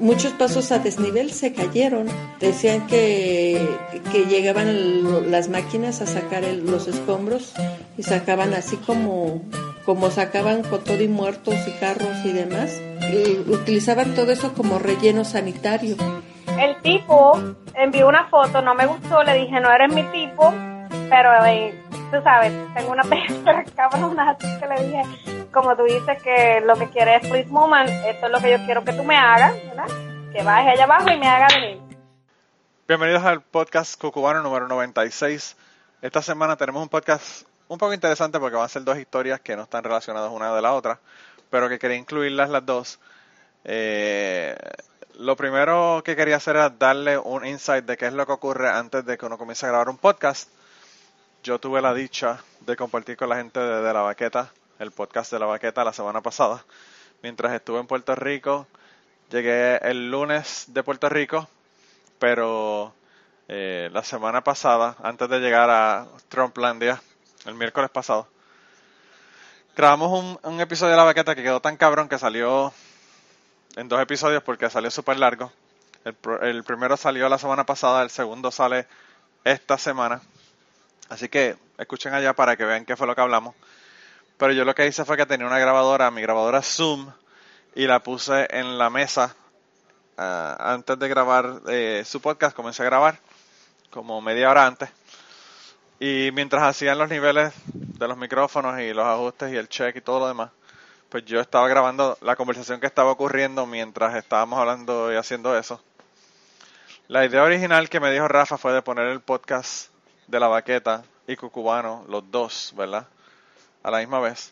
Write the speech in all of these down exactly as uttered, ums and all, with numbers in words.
muchos pasos a desnivel se cayeron. Decían que, que llegaban el, las máquinas a sacar el, los escombros y sacaban así como, como sacaban con todo y muertos y carros y demás. Y utilizaban todo eso como relleno sanitario. El tipo envió una foto, no me gustó, le dije, no eres mi tipo, pero eh, tú sabes, tengo una pesta cabrona, así que le dije, como tú dices que lo que quieres es Please Woman, esto es lo que yo quiero que tú me hagas, ¿verdad? Que bajes allá abajo y me hagas venir. Bienvenidos al podcast Cucubano número noventa y seis. Esta semana tenemos un podcast un poco interesante porque van a ser dos historias que no están relacionadas una de la otra, pero que quería incluirlas las dos. Eh... Lo primero que quería hacer era darle un insight de qué es lo que ocurre antes de que uno comience a grabar un podcast. Yo tuve la dicha de compartir con la gente de, de La Baqueta, el podcast de La Baqueta, la semana pasada. Mientras estuve en Puerto Rico, llegué el lunes de Puerto Rico, pero eh, la semana pasada, antes de llegar a Trumplandia, el miércoles pasado, grabamos un, un episodio de La Baqueta que quedó tan cabrón que salió en dos episodios porque salió súper largo. El, el primero salió la semana pasada, el segundo sale esta semana. Así que escuchen allá para que vean qué fue lo que hablamos. Pero yo lo que hice fue que tenía una grabadora, mi grabadora Zoom, y la puse en la mesa. Uh, antes de grabar eh, su podcast, comencé a grabar como media hora antes. Y mientras hacían los niveles de los micrófonos y los ajustes y el check y todo lo demás, pues yo estaba grabando la conversación que estaba ocurriendo mientras estábamos hablando y haciendo eso. La idea original que me dijo Rafa fue de poner el podcast de La Baqueta y Cucubano, los dos, ¿verdad? A la misma vez.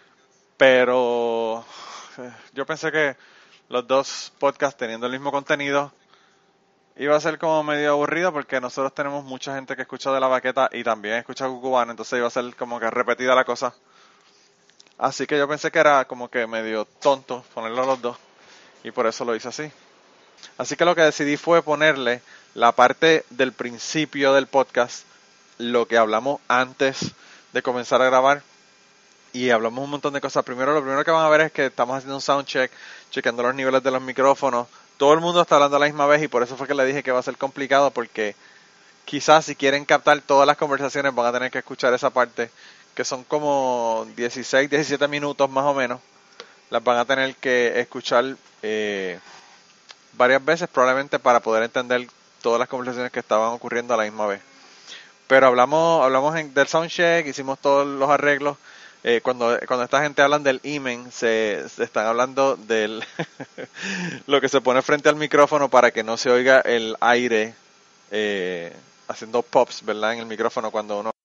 Pero eh, yo pensé que los dos podcasts teniendo el mismo contenido iba a ser como medio aburrido porque nosotros tenemos mucha gente que escucha de La Baqueta y también escucha Cucubano, entonces iba a ser como que repetida la cosa. Así que yo pensé que era como que medio tonto ponerlo a los dos y por eso lo hice así. Así que lo que decidí fue ponerle la parte del principio del podcast, lo que hablamos antes de comenzar a grabar y hablamos un montón de cosas. Primero, lo primero que van a ver es que estamos haciendo un sound check, chequeando los niveles de los micrófonos. Todo el mundo está hablando a la misma vez y por eso fue que le dije que va a ser complicado porque quizás si quieren captar todas las conversaciones van a tener que escuchar esa parte que son como dieciséis, diecisiete minutos más o menos, las van a tener que escuchar eh, varias veces probablemente para poder entender todas las conversaciones que estaban ocurriendo a la misma vez. Pero hablamos hablamos en, del soundcheck, hicimos todos los arreglos. Eh, cuando cuando esta gente hablan del imen, se, se están hablando del lo que se pone frente al micrófono para que no se oiga el aire eh, haciendo pops, ¿verdad? En el micrófono cuando uno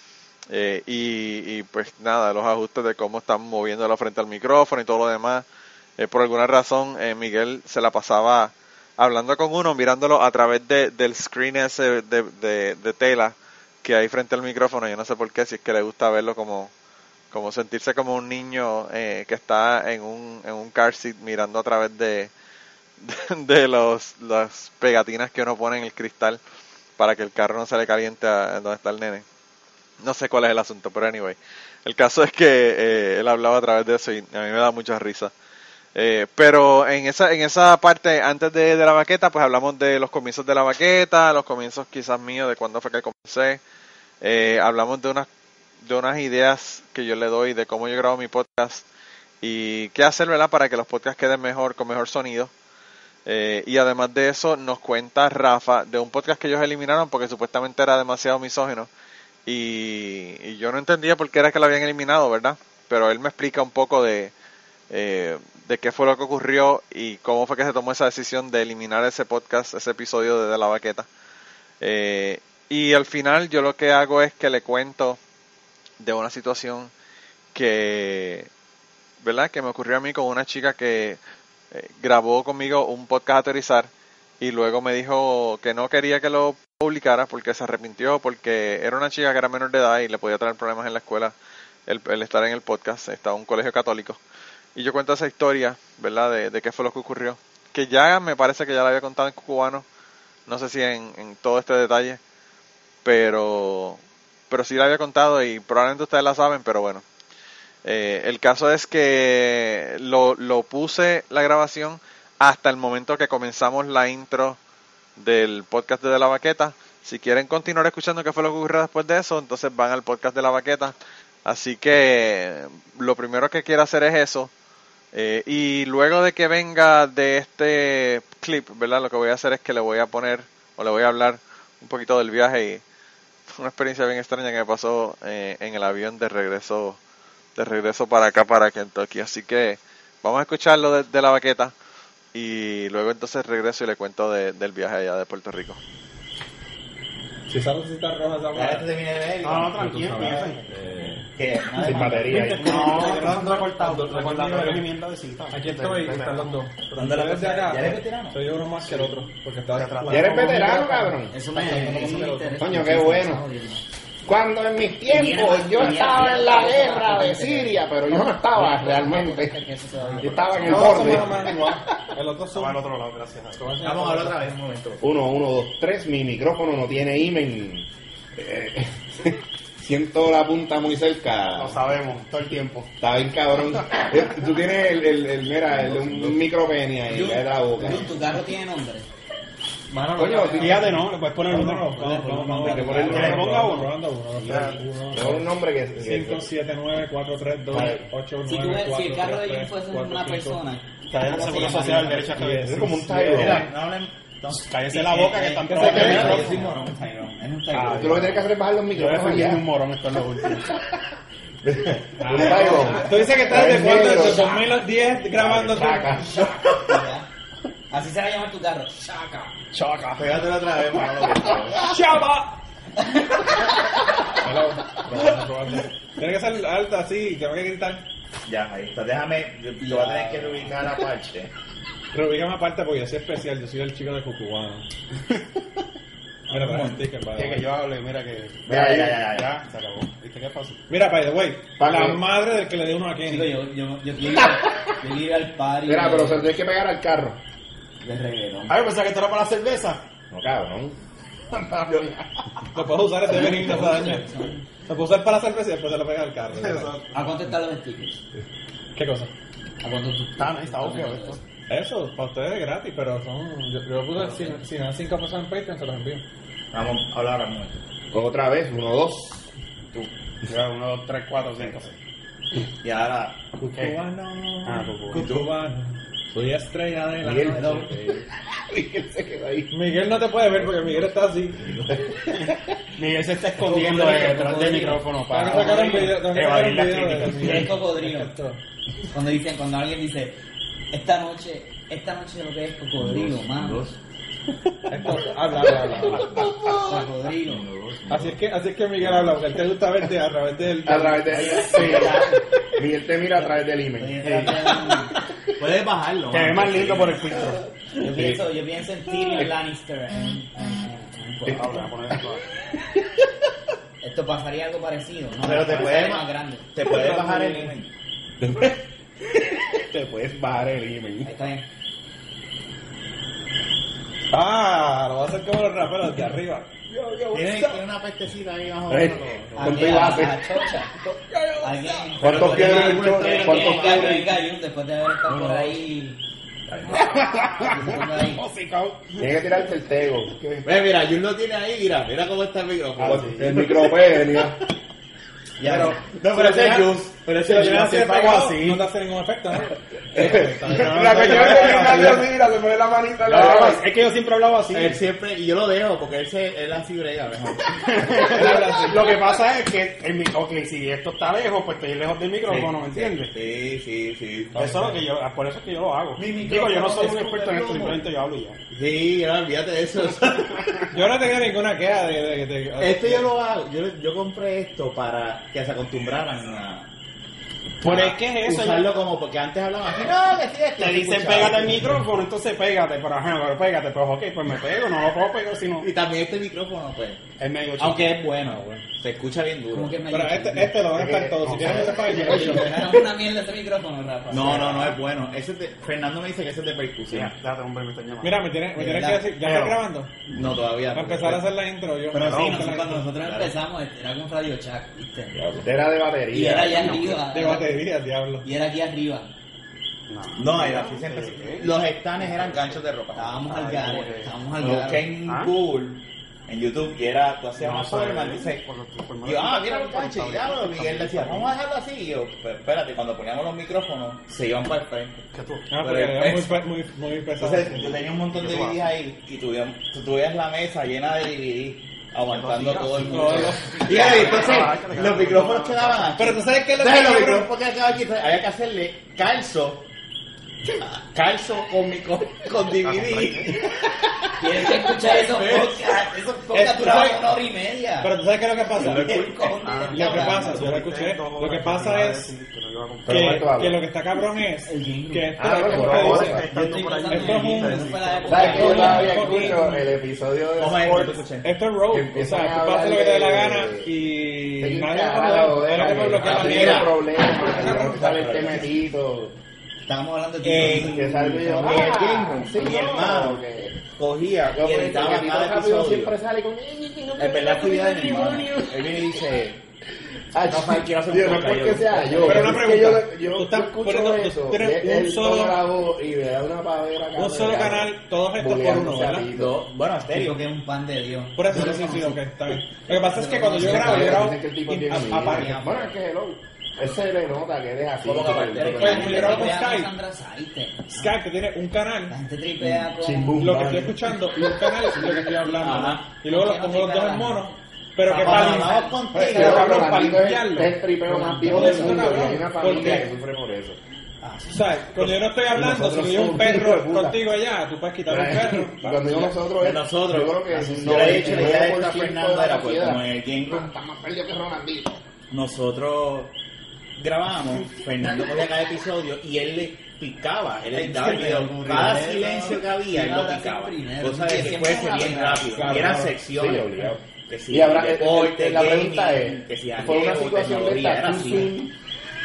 Eh, y, y pues nada, los ajustes de cómo están moviéndolo frente al micrófono y todo lo demás. Eh, por alguna razón, eh, Miguel se la pasaba hablando con uno, mirándolo a través de, del screen ese de, de, de tela que hay frente al micrófono. Yo no sé por qué, si es que le gusta verlo como, como sentirse como un niño eh, que está en un, en un car seat mirando a través de, de, de los, las pegatinas que uno pone en el cristal para que el carro no se le caliente a, a donde está el nene. No sé cuál es el asunto, pero anyway. El caso es que eh, él hablaba a través de eso y a mí me da mucha risa. Eh, pero en esa en esa parte, antes de, de La Baqueta, pues hablamos de los comienzos de La Baqueta, los comienzos quizás míos, de cuándo fue que comencé. Eh, hablamos de unas, de unas ideas que yo le doy de cómo yo grabo mi podcast y qué hacer, ¿verdad? Para que los podcasts queden mejor, con mejor sonido. Eh, y además de eso, nos cuenta Rafa de un podcast que ellos eliminaron porque supuestamente era demasiado misógino. Y, y yo no entendía por qué era que lo habían eliminado, ¿verdad? Pero él me explica un poco de, eh, de qué fue lo que ocurrió y cómo fue que se tomó esa decisión de eliminar ese podcast, ese episodio de, de La Baqueta. Eh, y al final yo lo que hago es que le cuento de una situación que, ¿verdad? Que me ocurrió a mí con una chica que eh, grabó conmigo un podcast Aterrizar y luego me dijo que no quería que lo publicara porque se arrepintió, porque era una chica que era menor de edad y le podía traer problemas en la escuela el, el estar en el podcast. Estaba en un colegio católico y yo cuento esa historia, ¿verdad? De, de qué fue lo que ocurrió, que ya me parece que ya la había contado en Cucubano, no sé si en, en todo este detalle, pero pero sí la había contado y probablemente ustedes la saben, pero bueno. Eh, el caso es que lo, lo puse la grabación hasta el momento que comenzamos la intro del podcast de, de La Baqueta. Si quieren continuar escuchando qué fue lo que ocurrió después de eso, entonces van al podcast de La Baqueta. Así que lo primero que quiero hacer es eso. Eh, y luego de que venga de este clip, ¿verdad? Lo que voy a hacer es que le voy a poner, o le voy a hablar un poquito del viaje y una experiencia bien extraña que me pasó eh, en el avión de regreso, de regreso para acá, para Kentucky. Así que vamos a escucharlo de, de La Baqueta y luego entonces regreso y le cuento de, del viaje allá de Puerto Rico. Si esa lucita roja esa Ya este se viene de ver. No, no, tranquilo, ¿Qué? sin batería. No, no, recortado. Recordando Aquí mi mierda de cinta. Aquí estoy, están los dos. ¿Dónde la Desde acá, ¿Ya eres veterano? soy uno más que el otro. Porque estaba ¿Ya eres veterano, cabrón? Eso me, eso me interesa. Coño, qué bueno. Cuando en mis tiempos yo estaba en la guerra de Siria, pero yo no estaba realmente. Yo estaba en el No, somos borde. más o menos igual. El otro son... al otro lado, gracias. Vamos a hablar otra vez, un momento. Uno, uno, dos, tres. Mi micrófono no tiene imen. Eh, siento la punta muy cerca. Lo sabemos, todo el tiempo. Está bien cabrón. Eh, Tú tienes el, el, el mira, el, un, un micropene ahí, cae la boca. Jun, tu carro tiene nombre. Mano, Coño, Fíjate, ¿no? Le puedes poner uno. Vamos, vamos, vamos. Hay que ponerle Que le ponga uno. Probando uno. Tengo un nombre que... que- cinco, siete, nueve, cuatro, tres, dos, ocho, Si, tú nueve, ves, si el carro cuatro, de Jun tres, fuese cuatro, una cinco. persona, Que haya ¿cómo se seguro llama? social, derecha a es como un Sí, Tyro. Mira, no hablen... Cállese la boca que están Que se probando. quede, Mira, ¿no? Es un morón, un Tyrone, es un Ah, Tú lo que tienes que hacer es bajar los Yo micrófonos defendí ya. un morón, esto es lo último. Un Tyro. Tú dices que estás Es desde cuándo, negro. desde dos mil diez grabando tu... Chaca. Ya. Así se va a llamar tu carro. Chaca. Choca. Pégatelo otra vez, Manolo. ¡Chava! Hello. Probando, probando. Tiene que ser alta así, tengo que gritar. Ya, ahí está. Déjame, yo te voy a tener que reubicar aparte. Reubícame aparte porque yo soy especial, yo soy el chico de Cucubano. Mira, trae un ticket para... Que que yo hable, mira que... Ya, ya, ya, Ya, se acabó. ¿Viste qué fácil? Mira, by the way, Pa' la que- madre del que le dio uno a Kenny. Chico, yo, yo, yo quiero ir al, yo quiero ir al party Mira, pero se de, lo tienes que pegar al carro. de reggaetón. Ay, pensaba que esto era para la cerveza. No, cabrón. Lo puedes usar este benigno para dañar. Lo puedes usar para la cerveza y después se lo pega al carro. ¿A cuánto están los stickers? ¿Qué cosa? ¿A cuánto tú Está, está obvio esto. Eso, para ustedes es gratis, pero son... Yo, yo puse, si, si me dan cinco pesos en Patreon, se los envío. Vamos a hablar ahora un momento. Otra vez, uno, dos. Tú. Ya, uno, dos, tres, cuatro, cinco, seis. Y ahora, Cucubano, Ah, Cucubano. Cucubano, soy estrella de la Miguel, noche. Miguel se quedó ahí. Miguel no te puede ver porque Miguel está así. Miguel se está escondiendo detrás del micrófono Tengo que para sacar un video, tengo que sacar evadir un las video de críticas. ¿qué es cocodrilo? Esto. Cuando dicen, cuando alguien dice, esta noche, esta noche lo que es cocodrilo, mano. Esto, habla, habla, habla, habla. Cocodrilo. Así es que, así es que Miguel habla, porque a él te gusta verte a través del... A través de... Sí. Miguel te mira a través del email. Puedes bajarlo. Que es más lindo por el filtro. Yo pienso, yo pienso en Tyrion Lannister. En, en, en, en- Ahora, voy a poner esto. Esto pasaría algo parecido, ¿no? Pero te Pasaría puedes- más grande. Te puedes bajar el email. Te puedes bajar el email. Ahí está bien. Ah, lo va a hacer como los raperos de arriba. Tiene, tiene una pestecita ahí más o Eh, menos. Con tu Aquí, a- base. a Chocha. Alguien. ¿Cuántos Pero quieren? alguna historia ¿Cuántos que quieren? venga, venga, Jun, después de haber estado por ahí. ahí. Tienes que tirarte el tego. Ve, mira, Jun lo tiene ahí, mira, mira cómo está el micrófono. El micropenio. Ya, Pero- no, pero ese es Jus. Pero ese Si lo es tienes Jus, así siempre hago pegado, así. no te hace ningún efecto, ¿no? La pequeña que así, mira, se pone la manita en la No, cabeza. es que yo siempre hablaba así. Él siempre, y yo lo dejo porque él, se, él así brega mejor. Lo que pasa es que, el, mi- ok, si esto está lejos, pues estoy lejos del micrófono, ¿me entiendes? Sí, sí, sí. Eso es lo que yo, por eso es que yo lo hago. Mi Digo, micrófono yo no soy un es experto en esto, súper simplemente yo hablo y ya. Sí, no, olvídate de eso. Yo no tenía ninguna queja de... de, de- Esto yo lo hago, yo, yo compré esto para que se acostumbraran a... Pero a es que es eso, usarlo como, porque antes hablaban así, no, que sí, esto. Te dicen pégate al micrófono, entonces pégate, pero ajá, pero pégate, pues ok, pues me pego, no lo puedo pegar sino Y también este micrófono, pues, es medio chico. aunque es bueno, güey, se escucha bien duro. Como que me Pero este, este lo van a estar todos. Si tienes ese país, yo Es una mierda ese micrófono, Rafa. No, no, no es bueno. Ese es de, Fernando me dice que ese es de Ya, percusión. date, hombre, me están llamando. Mira, me tienes, me tienes que decir... ¿Ya Pero- estás grabando? No, todavía. Para porque- empezar a hacer la intro, yo... Pero no, sí, hacer nosotros, la cuando intro. nosotros empezamos, era con Radio Shack, ¿viste? Era de Y batería. era allá arriba. De batería, diablo. Y era aquí arriba. No, era así siempre. Los stands eran ganchos de ropa. Estábamos al gare, estábamos al Busqué gare. en ¿Ah? Google, en YouTube, y era, tú hacías No, una Superman, sabe, dice, por lo que- por y lo yo, ah, que- mira los ganchos, y diablo, y él decía, vamos a dejarlo así, y yo, pero espérate, cuando poníamos los micrófonos, se iban para el frente. ¿Qué tú? Ah, porque Pero era muy, es- pe- muy, muy pesado. Entonces, yo tenía un montón de D V Ds ahí, y tuvieron, tú tuvieras la mesa llena de D V Ds, aguantando todo el mundo. Y ahí, entonces, los micrófonos quedaban aquí. Pero tú sabes que lo Entonces, que los cabrón- micrófonos que quedaban aquí, entonces, había que hacerle calzo, calzo con, mi, con, con D V D. Tienes que escuchar esos podcasts. Esos podcasts Eh, duraban ¿sabes? una hora y media. Pero tú sabes qué es lo que pasa. ¿Qué cojones Lo estás que hablando? pasa, yo lo escuché. Lo que pasa es Pero que, Marco habla. que lo que está cabrón es El jingle. que esto Ah, es bueno, como por que favor, dice, Yo estoy pensando Esto es en un- eso fue la época. ¿Sabes que yo todavía Con- escucho el episodio de ¿Cómo es? Yo te Sports? escuché. esto es road. Que O empiezan sea, a tú puedes hacer lo que te dé la hablar gana de- y Sí, nadie carajo, te era puede que bloquear la tiene mierda. problemas, que sale el temetito, Estábamos hablando de En- que sale el video, en ah, el Game sí, mi no, hermano que- cogía yo y por el editaba temetito cada rápido episodio. siempre sale con... Es verdad que yo de mi hermano. Él viene y dice, Ah, no, Frank, quiero hacer un tío, no es podcast, porque yo- sea yo, Pero una es que pregunta, yo, yo, tú estás yo escucho poniendo- tú eso, tienes y un él solo- pone la voz y me da una pavera acá, Un solo me da- canal, todos estos por uno, bulleándose a ¿verdad? Tito. no, bueno, estéreo. Digo que es un pan de Dios. Por eso sí, sí, sí, ok, está bien. Lo que pasa es que cuando yo grabo, yo grabo Dicen que el tipo y- tiene a- miedo. aparte. Bueno, es que hello, él se le nota que él es así. ¿Cómo que aparte? súper- Pues, yo grabo con Tripea Skype. Sandra Saite. Skype que tiene un La canal, gente tripea con... Chimbum. lo que estoy escuchando, y un canal es lo que estoy hablando. Ajá. Y luego los pongo los dos en mono, pero que Cuando para hablamos limpiar, contigo, Pero pero cabrón, Rolandito para es el- limpiarlo. es el tripeo más viejo Por del eso, mundo, cabrón, y hay una familia porque- que sufre por eso. O sea, cuando yo no estoy hablando, si Nosotros yo digo un somos hijos de perro puta. contigo allá, tú puedes quitar un perro. Y cuando digo nosotros, De es- nosotros, yo creo que así, el yo le he dicho, le dije a noventa y nueve esta por ciento Fernando, de la era pues sociedad como en el game, está más perdido que Ronaldinho. nosotros grabamos, Fernando cogía cada episodio y él le picaba, él editaba el video, cada silencio que había, él lo picaba, cosa de que fuese bien rápido, y eran Sí, secciones, obligado. que si Y ahora, deporte, la pregunta gaming, es, que si fue una ajeo, situación de tecnología, era esta, así.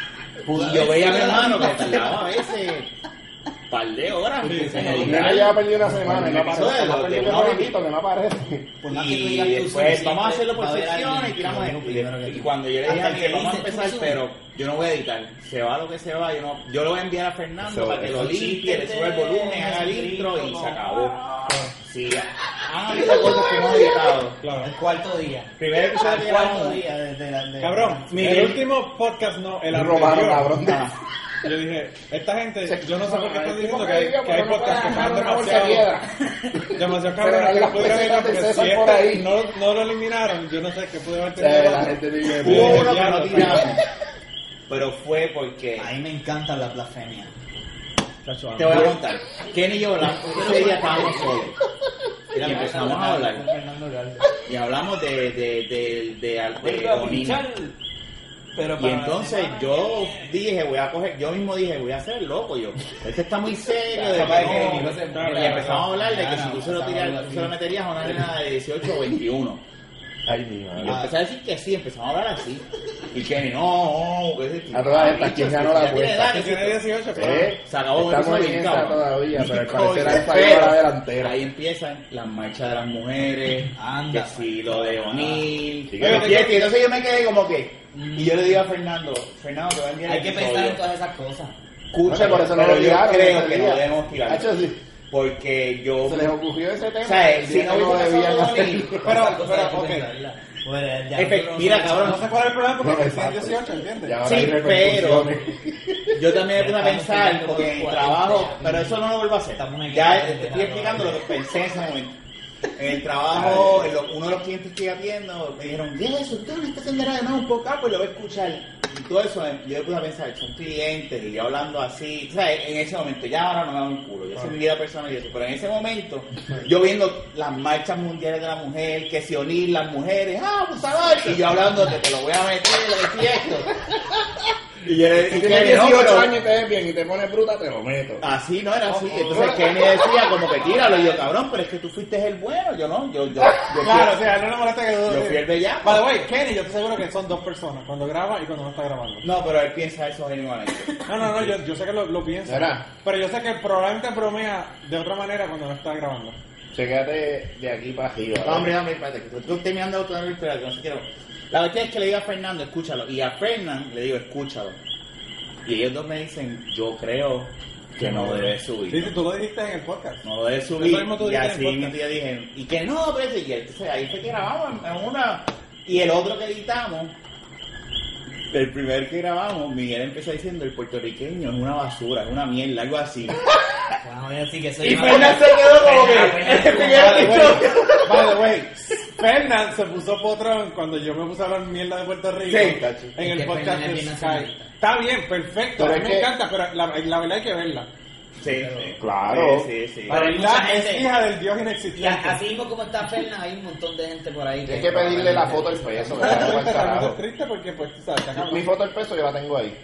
Y yo veía a mi hermano que tardaba a veces un par de horas en Y editar. él ya ha perdido una semana y no Un episodio aparece. de No ha los- perdido de el una Ronaldinho que no aparece. Por más que tú digas Y tú después siempre vamos a hacerlo por va a haber secciones y alguien tiramos que el lo primero que Y tú. cuando yo le dije Hasta a el mi que que vamos a dice, empezar, tú pero yo no voy a editar. Se va lo que se va, yo no, yo lo voy a enviar a Fernando So, para que lo esos limpie, le chistes suba el de- volumen, haga el intro y como- se acabó. Sí, han habido cosas que hemos editado. Claro. El cuarto día. Primer episodio El que cuarto grabamos, día de, de la... De, Cabrón, Miguel. el último podcast no, el Robaron, anterior. cabrón. Yo dije, esta gente, yo no sé por qué están El diciendo tipo que hay, diga, que hay porque no podcasts que puede están dejar una bolsa de demasiado, piedra. demasiado Pero cabrones que las no pudieron pesetas editar, de porque César si por este ahí. no, no lo eliminaron, yo no sé qué pude haber O sea, tenido. la gente dice, hubo uno que no Diablo, tiramos, pero fue porque... A mí me encantan las blasfemias. Te voy a contar. Kenny y yo hablamos, ese día estábamos solos. Y empezamos a hablar. Y hablamos de, de, de, de, de, de Bonina. Pero Y entonces yo dije, voy a coger, yo mismo dije, voy a hacer el loco yo. Este está muy serio. De Capaz que que no- no se- y empezamos a hablar de que Claro, si tú se lo, estamos tiras, hablando tú se lo meterías a una nena de dieciocho o veintiuno. ay, mi Y yo madre. empecé a decir que sí, empezamos a hablar así. Y Kenny, no, no, ese tipo, A todas estas, bicho, ¿quién si ganó ya la tiene apuesta? edad, Que que tiene sí. dieciocho, claro. ¿Eh? Se acabó el Estamos episodio, en esa cabrón. todavía, pero al Coño, parecer hay pero fallado la delantera. Ahí empiezan las marchas de las mujeres, Anda, que si lo de O'Neill, Sí, que que- los fiestas, y entonces yo me quedé como que, y yo le digo a Fernando, Fernando te voy a enviar hay el que episodio. pensar en todas esas cosas. No sé, por eso no pero lo yo tiraron creo ese que día. no debemos tirar, Hacho, sí. porque yo, Se les ocurrió ese tema. o sea, el si día no que hubiese debían pasado hacerlo. O'Neill, Pero, Esas cosas pero, hay que ok. pensarlas. Bueno, ya Efe- nosotros mira, somos- cabrón, No sé cuál es el problema porque No, tiene exacto. dieciocho, ¿entiendes? Ya ahora sí, hay pero repercusiones. yo también me puse a Estamos pensar, pegando porque en el por trabajo, cuarenta. pero eso no lo vuelvo a hacer. Estamos en Ya el- te estoy explicando lo que pensé en ese momento. En el trabajo, en lo- uno de los clientes que iba atiendo me dijeron, deja eso, usted no está haciendo nada, no, un poco, pues lo voy a escuchar. Y todo eso, yo me puse a pensar, son clientes, y yo hablando así, o sea, en ese momento, ya ahora no me da un culo, yo soy mi vida personal y eso, pero en ese momento, yo viendo las marchas mundiales de la mujer, que se unir las mujeres, ah, pues sabes, y yo hablando de que te lo voy a meter, lo de esto. Y yo le Si dije, tienes no, dieciocho pero- años y te ves bien y te pones bruta, te lo meto. así no era así. Entonces Kenny decía como que tíralo. Y yo, cabrón, pero es que tú fuiste el bueno. Yo no, yo, yo, yo, fui, Claro, o sea, no le molesta que yo fui el bellaco. By the way, Kenny, yo te aseguro que son dos personas, cuando graba y cuando no está grabando. No, pero él piensa eso genuinamente. No, no, no, yo, yo sé que lo, lo piensa. ¿Verdad? Pero yo sé que probablemente bromea de otra manera cuando no está grabando. Chécate de aquí para arriba. No, hombre, hombre, espérate, que tú tú terminando otra vez, espérate, no sé quiero. La cuestión es que le digo a Fernando, escúchalo. Y a Fernando le digo, escúchalo. Y ellos dos me dicen, yo creo que no debe subir. Sí, tú lo dijiste en el podcast. No lo debe subir. Eso mismo tú Y dijiste así en el mismo yo dije, y que no, pero sí, y entonces ahí fue que grabamos en una. Y el otro que editamos, el primer que grabamos, Miguel empezó diciendo el puertorriqueño es una basura, es una mierda, algo así. Vamos a decir que soy Y Fernan se quedó como que este primer episodio. By the way, Fernan se puso potrón cuando yo me puse a hablar mierda de Puerto Rico Sí, cacho. en el Es que podcast Fernan es de bien Sky. nacionalista. Está bien, perfecto, Pero a mí es me que- encanta, pero la, la verdad hay que verla. Sí, sí. Claro. Sí, sí, sí. Para La mucha verdad es gente- hija del dios Y a- inexistente. así mismo como está Fernan, hay un montón de gente por ahí. Tienes que pedirle la foto al peso. Pero ¿verdad? es Para el triste, carajo. realmente es triste porque pues tú sabes, te acabas. Mi foto al peso yo la tengo ahí.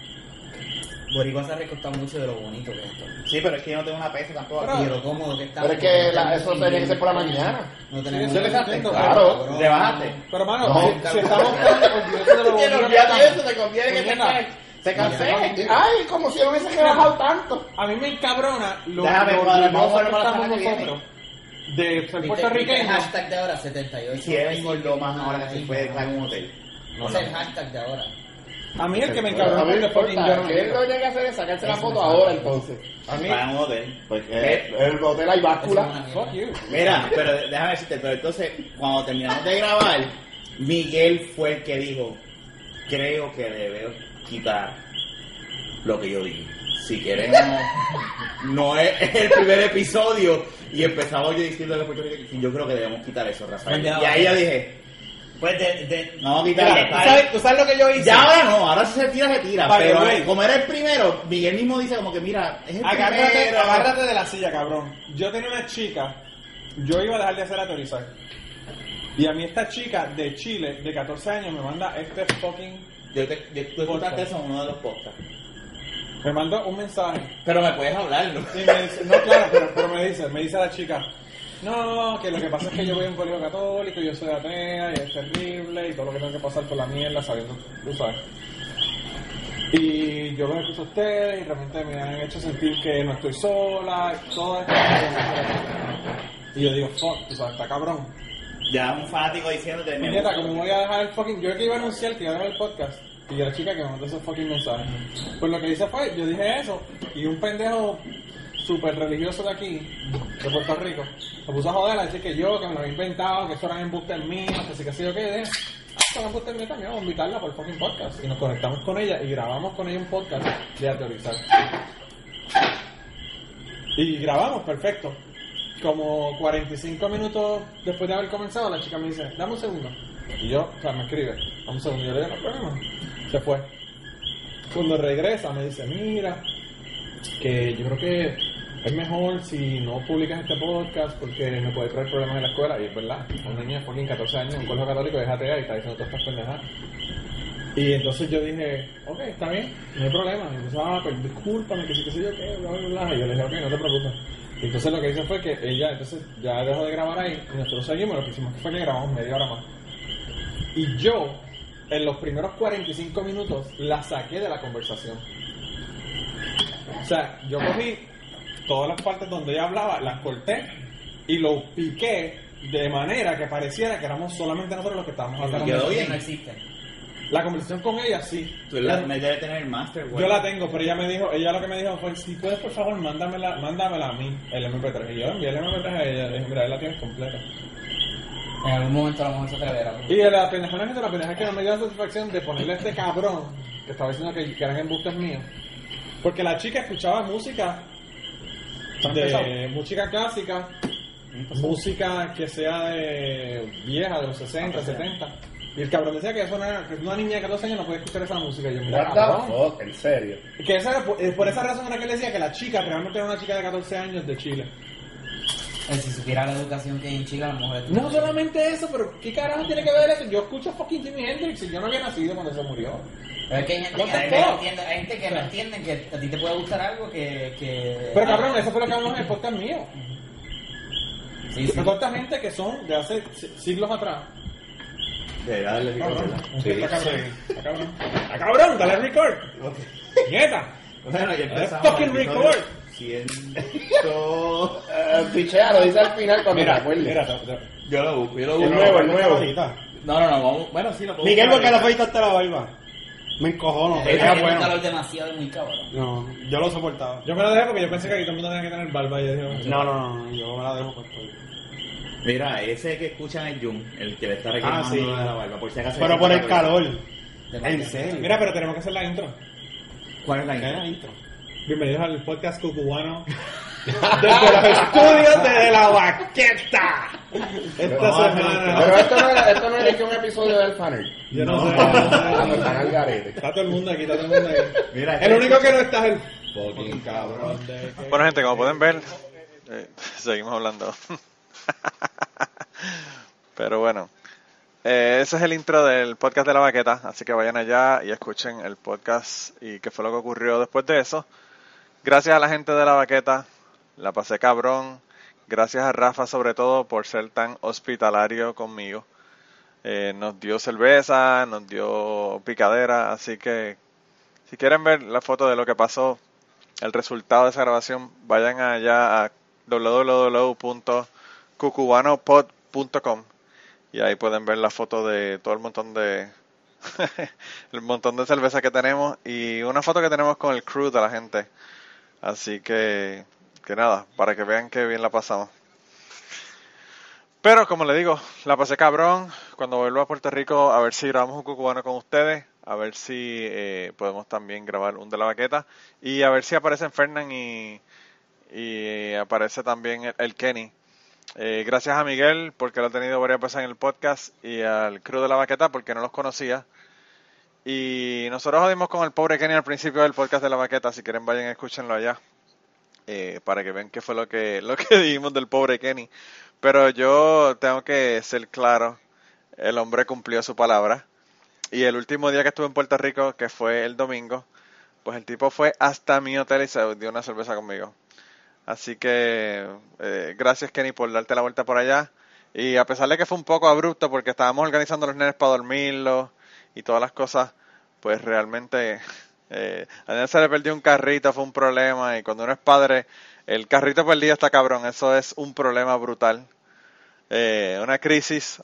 Boricua se ha recortado mucho de lo bonito que es esto. Sí, pero es que yo no tengo una pesa tampoco Pero- aquí. Y de lo cómodo que está. Pero es que la- eso tenía que ser por la mañana. No tenemos. Sí, eso le entiendo, Claro. Cabrón. ¿Te bajaste? Pero mano, No. si, si estamos tan orgullosos de lo Oye, bonito que olvídate de estamos, eso, te conviene que te Puñeta. caes. Se cancele. Ay, como si hubiese rebajado tanto. a mí me encabrona lo, Déjame lo cuadrar, orgullosos vamos a que ver para la estamos semana que viene. nosotros de ser ¿Viste- viste el puertorriqueños. hashtag de ahora, setenta y ocho. Si él engordó más ahora que se fue estar en un hotel. No sé el hashtag de ahora. A mí el que me Pero encabrona a mí es no que fucking importa, yo no que él quiero. lo que tiene que hacer es sacarse la Eso foto me ahora sabe. entonces. A mí, Para un hotel. pues eh, el hotel hay Eso es báscula. una mierda. Fuck you. Mira, pero déjame decirte, pero entonces, cuando terminamos de grabar, Miguel fue el que dijo, creo que debemos quitar lo que yo dije. Si queremos, no es el primer episodio, y empezamos yo diciendo que Puerto Rico, yo creo que debemos quitar eso, Rafael. Ya, Y ahí yo dije, Pues de. de no, quitarlo. Mira, ¿tú sabes, tú sabes lo que yo hice? Ya ahora no, ahora si se tira, se tira. Vale, pero güey. como era el primero, Miguel mismo dice como que mira, es el Agárrate, primero. agárrate de la silla, cabrón. Yo tenía una chica, yo iba a dejar de hacer aterrizar. Y a mí esta chica de Chile, de catorce años, me manda este fucking... Yo te, yo, tú escuchaste eso en uno de los podcasts. Me mandó un mensaje. Pero me puedes hablar, ¿no? Y me dice, no, claro, pero, pero me dice, me dice la chica, no, que lo que pasa es que yo voy a un colegio católico, yo soy atea, y es terrible, y todo lo que tengo que pasar por la mierda, sabiendo, tú sabes. Y yo los escucho a ustedes, y realmente me han hecho sentir que no estoy sola, y todo esto. Y yo digo, fuck, tú sabes, está cabrón. Ya un fanático diciéndote, me Nieta, gusta. como voy a dejar el fucking, yo que iba a anunciar que iba a dejar el podcast, y la chica que me mandó ese fucking mensaje. Pues lo que hice fue, yo dije eso, y un pendejo súper religioso de aquí, de Puerto Rico, me puso a joder a decir que yo, que me lo había inventado, que eso eran embustes míos, que sí que sí, yo que dije, ah, son embustes míos también, vamos a invitarla por el fucking podcast. Y nos conectamos con ella y grabamos con ella un podcast de ateorizar. Y grabamos, perfecto. Como cuarenta y cinco minutos después de haber comenzado, la chica me dice, dame un segundo. Y yo, o sea, me escribe, dame un segundo. Y yo le digo, no hay problema. Se fue. Cuando regresa, me dice, mira, que yo creo que es mejor si no publicas este podcast porque me puede traer problemas en la escuela. Y es verdad, una niña de fucking catorce años, un colegio católico, es atea y está diciendo todas estas pendejadas. Y entonces yo dije, ok, está bien, no hay problema. Y me dice, ah, pues discúlpame, que sí, que sí, yo qué, bla, bla, bla. Y yo le dije, ok, no te preocupes. Y entonces lo que hice fue que ella, entonces ya dejó de grabar ahí, y nosotros seguimos, lo que hicimos fue que grabamos media hora más. Y yo, en los primeros cuarenta y cinco minutos, la saqué de la conversación. O sea, yo cogí todas las partes donde ella hablaba, las corté y lo piqué de manera que pareciera que éramos solamente nosotros los que estábamos hablando. quedó Que bien. no existe. La conversación con ella, sí. Tú la, me debe tener el máster, güey. Yo la tengo, pero ella me dijo, ella lo que me dijo fue, si puedes por favor mándamela, mándamela a mí, el eme pe tres. Y yo envié el eme pe tres a ella, le dije, mira, él la tienes completa. En algún momento a lo mejor se atreverá. Y de la pendejona es de la pendeja es que no me dio la satisfacción de ponerle a este cabrón que estaba diciendo que, que eran embustes míos. Porque la chica escuchaba música de música clásica, música que sea de vieja, de los sesenta, setenta. Y el cabrón decía que eso no era, que una niña de catorce años no podía escuchar esa música. Y yo, mira, What cabrón. the fuck, en serio. Que esa era por, eh, por esa razón era que él decía que la chica realmente era una chica de catorce años de Chile. Eh, Si supiera la educación que hay en Chile, a lo mejor. No solamente eso, pero ¿qué carajo tiene que ver eso? Yo escucho fucking Jimi Hendrix y yo no había nacido cuando se murió. Pero es que hay gente, What que, the no fuck? entiende, hay gente que no entiende que a ti te puede gustar algo que. que Pero cabrón, eso fue lo que hablamos en el podcast mío. Sí, sí. Toda gente que son de hace si- siglos atrás. De darle record, ¿verdad? Sí, está cabrón. Está cabrón. Está cabrón, dale record. Nieta. Bueno, ya empezamos. fucking el episodio record. Ciento... Eh, pichea, lo dice al final cuando me acuerde. Mira, te- te- Yo lo busco, yo lo El busco. nuevo, el nuevo. No, no, no, vamos. Bueno, sí, lo puedo Miguel, buscar ¿por qué le ahorita. afeitaste la barba? Me encojono, Es sería un bueno. calor demasiado y muy cabrón. No, yo lo soportaba. Yo me lo dejé porque yo pensé que aquí todo el mundo tenía que tener barba. Y yo dije, No, no, no, yo me la dejo por todo. Mira, ese que escuchan es Jun, el que le está reclamando Ah, sí. lo de la barba, por si acaso. Pero por el calor. De En serio. mira, pero tenemos que hacer la intro. ¿Cuál es la ¿Qué intro? era intro? Bienvenidos al podcast cucubano desde los estudios de La Baqueta. Esta Pero semana. esto no era, esto no era que un episodio del Fanner. Yo no, sé. Cuando están al garete. Está todo el mundo aquí, está todo el mundo aquí. Mira, El único que no está es el fucking cabrón de... Bueno, gente, como pueden ver, eh, seguimos hablando. Pero bueno, eh, ese es el intro del podcast de La Baqueta, así que vayan allá y escuchen el podcast y qué fue lo que ocurrió después de eso. Gracias a la gente de La Baqueta, la pasé cabrón. Gracias a Rafa sobre todo por ser tan hospitalario conmigo. Eh, nos dio cerveza, nos dio picadera, así que si quieren ver la foto de lo que pasó, el resultado de esa grabación, vayan allá a doble u doble u doble u punto cucubanopod punto com y ahí pueden ver la foto de todo el montón de el montón de cerveza que tenemos y una foto que tenemos con el crew de la gente. Así que que nada, para que vean que bien la pasamos. Pero como le digo, la pasé cabrón. Cuando vuelva a Puerto Rico, a ver si grabamos un cucubano con ustedes, a ver si eh, podemos también grabar un de La Baqueta y a ver si aparecen Fernan y, y aparece también el, el Kenny. Eh, gracias a Miguel porque lo he tenido varias veces en el podcast y al crew de La Baqueta porque no los conocía. Y nosotros jodimos con el pobre Kenny al principio del podcast de La Baqueta. Si quieren vayan y escúchenlo allá eh, para que vean qué fue lo que, lo que dijimos del pobre Kenny. Pero yo tengo que ser claro, el hombre cumplió su palabra. Y el último día que estuve en Puerto Rico, que fue el domingo, pues el tipo fue hasta mi hotel y se dio una cerveza conmigo. Así que eh, gracias Kenny por darte la vuelta por allá. Y a pesar de que fue un poco abrupto porque estábamos organizando los nenes para dormirlos y todas las cosas, pues realmente eh, a él se le perdió un carrito, fue un problema. Y cuando uno es padre, el carrito perdido está cabrón, eso es un problema brutal. Eh, una crisis.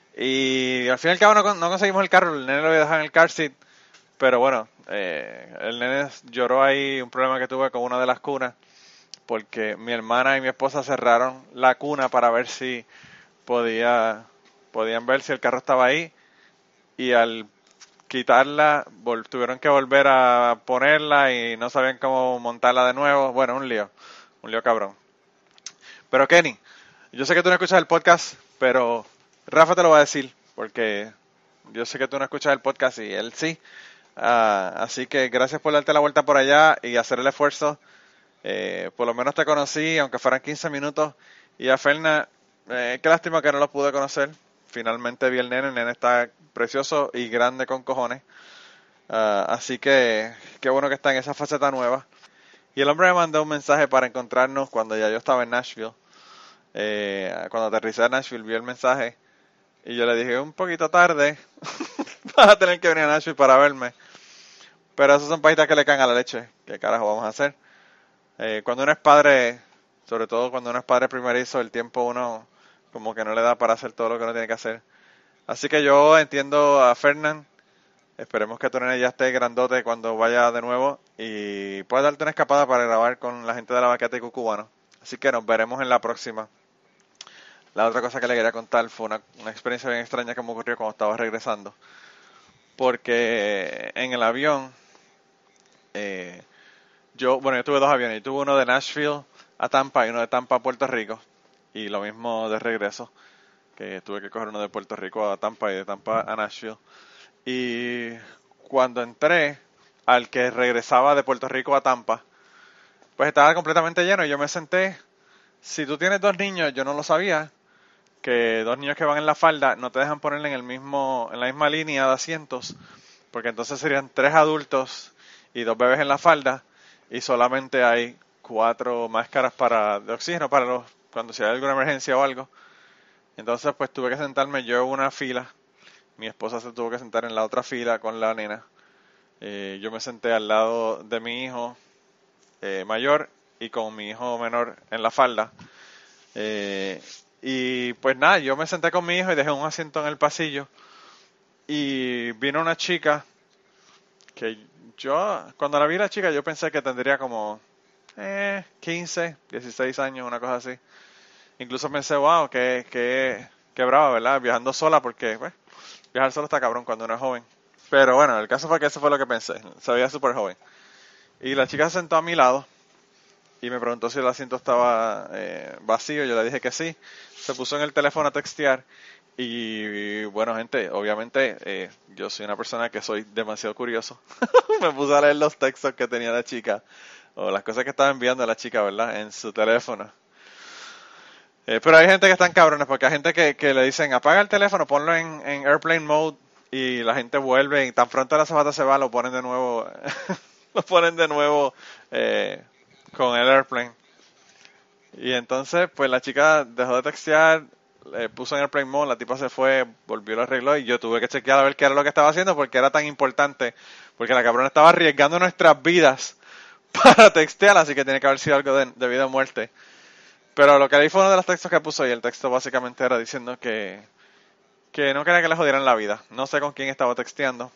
Y al fin y al cabo no, no conseguimos el carro, el nene lo había dejado en el car seat. Pero bueno, eh, el nene lloró ahí un problema que tuve con una de las cunas. Porque mi hermana y mi esposa cerraron la cuna para ver si podía podían ver si el carro estaba ahí. Y al quitarla, vol- tuvieron que volver a ponerla y no sabían cómo montarla de nuevo. Bueno, un lío, un lío cabrón. Pero Kenny, yo sé que tú no escuchas el podcast, pero Rafa te lo va a decir, porque yo sé que tú no escuchas el podcast y él sí. Uh, así que gracias por darte la vuelta por allá y hacer el esfuerzo. Eh, por lo menos te conocí, aunque fueran quince minutos. Y a Ferna, eh, qué lástima que no lo pude conocer. Finalmente vi el nene, el nene está precioso y grande con cojones. Uh, así que qué bueno que está en esa faceta nueva. Y el hombre me mandó un mensaje para encontrarnos cuando ya yo estaba en Nashville. Eh, cuando aterricé a Nashville vi el mensaje y yo le dije un poquito tarde vas a tener que venir a Nashville para verme. Pero esos son pajitas que le caen a la leche. ¿Qué carajo vamos a hacer? Eh, cuando uno es padre, sobre todo cuando uno es padre primerizo, el tiempo uno como que no le da para hacer todo lo que uno tiene que hacer. Así que yo entiendo a Fernan. Esperemos que tu nene ya esté grandote cuando vaya de nuevo y pueda darte una escapada para grabar con la gente de La Baqueta y Cucubano. Así que nos veremos en la próxima. La otra cosa que le quería contar fue una, una experiencia bien extraña que me ocurrió cuando estaba regresando. Porque en el avión, eh, yo, bueno, yo tuve dos aviones. Yo tuve uno de Nashville a Tampa y uno de Tampa a Puerto Rico. Y lo mismo de regreso, que tuve que coger uno de Puerto Rico a Tampa y de Tampa a Nashville. Y cuando entré al que regresaba de Puerto Rico a Tampa, pues estaba completamente lleno y yo me senté. Si tú tienes dos niños, yo no lo sabía, que dos niños que van en la falda no te dejan ponerle en el mismo, en la misma línea de asientos, porque entonces serían tres adultos y dos bebés en la falda y solamente hay cuatro máscaras para de oxígeno para los cuando si hay alguna emergencia o algo. Entonces pues tuve que sentarme yo en una fila. Mi esposa se tuvo que sentar en la otra fila con la nena. Eh, yo me senté al lado de mi hijo eh, mayor y con mi hijo menor en la falda. Eh, y pues nada, yo me senté con mi hijo y dejé un asiento en el pasillo. Y vino una chica que yo, cuando la vi la chica, yo pensé que tendría como eh, quince, dieciséis años, una cosa así. Incluso pensé, wow, que, que, que brava, ¿verdad? Viajando sola, porque pues, viajar solo está cabrón cuando uno es joven. Pero bueno, el caso fue que eso fue lo que pensé. Se veía súper joven. Y la chica se sentó a mi lado y me preguntó si el asiento estaba eh, vacío. Yo le dije que sí. Se puso en el teléfono a textear. Y bueno, gente, obviamente eh, yo soy una persona que soy demasiado curioso. Me puse a leer los textos que tenía la chica, o las cosas que estaba enviando la chica, ¿verdad? En su teléfono. Eh, pero hay gente que están cabrones, porque hay gente que, que le dicen, apaga el teléfono, ponlo en, en airplane mode, y la gente vuelve, y tan pronto la azafata se va, lo ponen de nuevo, lo ponen de nuevo eh, con el airplane. Y entonces, pues la chica dejó de textear, le puso en airplane mode, la tipa se fue, volvió, lo arregló, y yo tuve que chequear a ver qué era lo que estaba haciendo, porque era tan importante, porque la cabrona estaba arriesgando nuestras vidas para textear, así que tiene que haber sido algo de, de vida o muerte. Pero lo que leí fue uno de los textos que puso, y el texto básicamente era diciendo que, que no quería que le jodieran la vida. No sé con quién estaba texteando,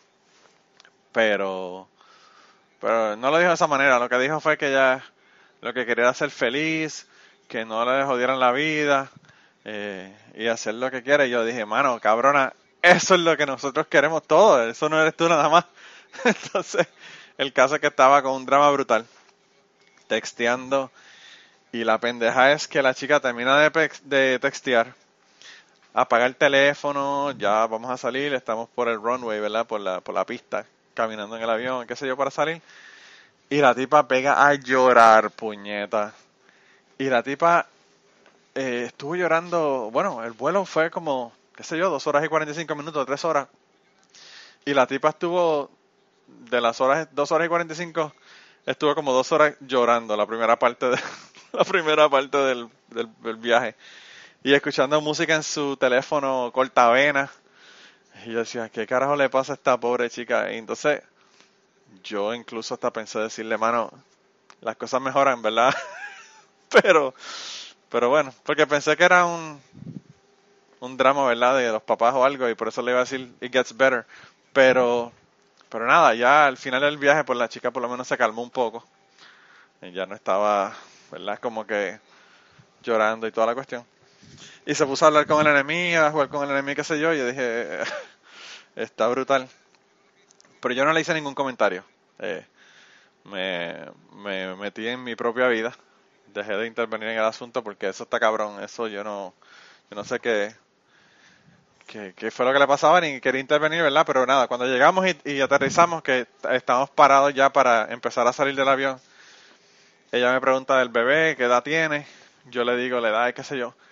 pero, pero no lo dijo de esa manera. Lo que dijo fue que ella lo que quería era ser feliz, que no le jodieran la vida eh, y hacer lo que quiere. Y yo dije, mano, cabrona, eso es lo que nosotros queremos todos, eso no eres tú nada más. Entonces, el caso es que estaba con un drama brutal, texteando. Y la pendeja es que la chica termina de, pe- de textear, apaga el teléfono, ya vamos a salir, estamos por el runway, ¿verdad? Por la, por la pista, caminando en el avión, qué sé yo, para salir. Y la tipa pega a llorar, puñeta. Y la tipa eh, estuvo llorando, bueno, el vuelo fue como, qué sé yo, dos horas y cuarenta y cinco minutos, tres horas. Y la tipa estuvo, de las horas, dos horas y cuarenta y cinco, estuvo como dos horas llorando la primera parte de... la primera parte del, del, del viaje, y escuchando música en su teléfono cortavena. Y yo decía, ¿qué carajo le pasa a esta pobre chica? Y entonces yo incluso hasta pensé decirle, mano, las cosas mejoran, ¿verdad? pero pero bueno, porque pensé que era un un drama, ¿verdad? De los papás o algo, y por eso le iba a decir it gets better. Pero pero nada, ya al final del viaje, pues la chica por lo menos se calmó un poco y ya no estaba, ¿verdad? Como que llorando y toda la cuestión. Y se puso a hablar con el enemigo, a jugar con el enemigo, qué sé yo, y yo dije, está brutal. Pero yo no le hice ningún comentario. Eh, me, me metí en mi propia vida. Dejé de intervenir en el asunto porque eso está cabrón. Eso yo no, yo no sé qué, qué, qué fue lo que le pasaba, ni quería intervenir, ¿verdad? Pero nada, cuando llegamos y, y aterrizamos, que estábamos parados ya para empezar a salir del avión, ella me pregunta del bebé, qué edad tiene. Yo le digo la edad y qué sé yo.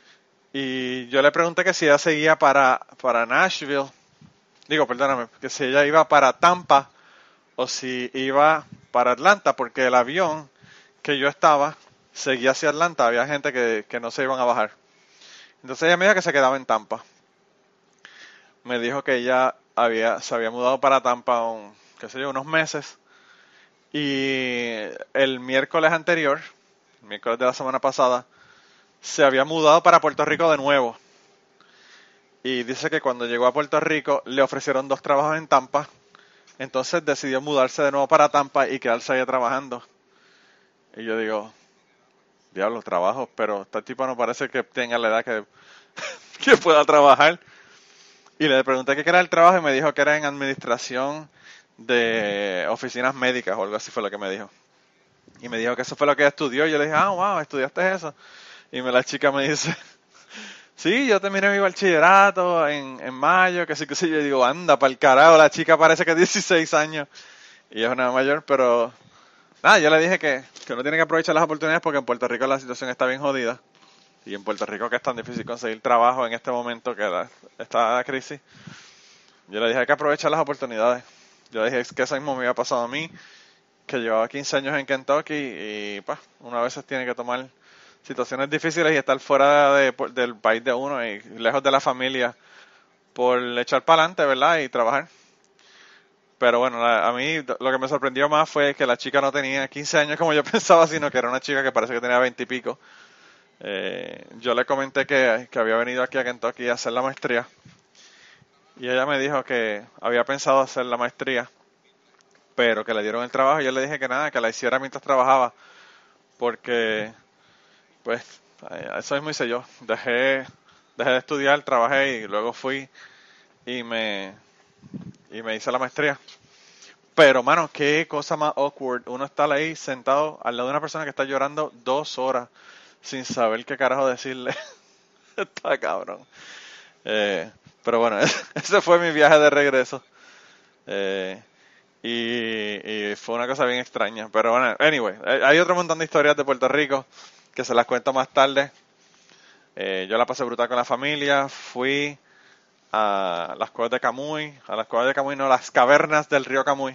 Y yo le pregunté que si ella seguía para, para Nashville, digo, perdóname, que si ella iba para Tampa o si iba para Atlanta, porque el avión que yo estaba seguía hacia Atlanta, había gente que, que no se iban a bajar. Entonces ella me dijo que se quedaba en Tampa. Me dijo que ella había, se había mudado para Tampa, un, qué sé yo, unos meses, y el miércoles anterior, el miércoles de la semana pasada, se había mudado para Puerto Rico de nuevo. Y dice que cuando llegó a Puerto Rico le ofrecieron dos trabajos en Tampa. Entonces decidió mudarse de nuevo para Tampa y quedarse allá trabajando. Y yo digo, diablo, trabajos, pero este tipo no parece que tenga la edad que, que pueda trabajar. Y le pregunté qué era el trabajo y me dijo que era en administración de oficinas médicas o algo así fue lo que me dijo. Y me dijo que eso fue lo que estudió. Y yo le dije, ah, wow, ¿estudiaste eso? Y me, la chica me dice, sí, yo terminé mi bachillerato en, en mayo, que sí, que sí. Yo digo, anda, para el carajo, la chica parece que dieciséis años. Y es una mayor, pero nada, yo le dije que, que uno tiene que aprovechar las oportunidades porque en Puerto Rico la situación está bien jodida. Y en Puerto Rico que es tan difícil conseguir trabajo en este momento que la, está la crisis. Yo le dije, hay que aprovechar las oportunidades. Yo le dije es que eso mismo me había pasado a mí, que llevaba quince años en Kentucky y pues uno a veces tiene que tomar situaciones difíciles y estar fuera de, del país de uno y lejos de la familia por echar para adelante, ¿verdad? Y trabajar. Pero bueno, la, a mí lo que me sorprendió más fue que la chica no tenía quince años como yo pensaba, sino que era una chica que parece que tenía veinte y pico. Eh, yo le comenté que, que había venido aquí a Kentucky a hacer la maestría y ella me dijo que había pensado hacer la maestría pero que le dieron el trabajo y yo le dije que nada, que la hiciera mientras trabajaba, porque pues eso mismo hice yo, dejé, dejé de estudiar, trabajé y luego fui y me, y me hice la maestría. Pero, mano, qué cosa más awkward. Uno está ahí sentado al lado de una persona que está llorando dos horas sin saber qué carajo decirle. Está cabrón. Eh, pero bueno, ese fue mi viaje de regreso. Eh, y, y fue una cosa bien extraña. Pero bueno, anyway, hay otro montón de historias de Puerto Rico que se las cuento más tarde. Eh, yo la pasé brutal con la familia. Fui a las cuevas de Camuy, a las cuevas de Camuy, no, las cavernas del río Camuy.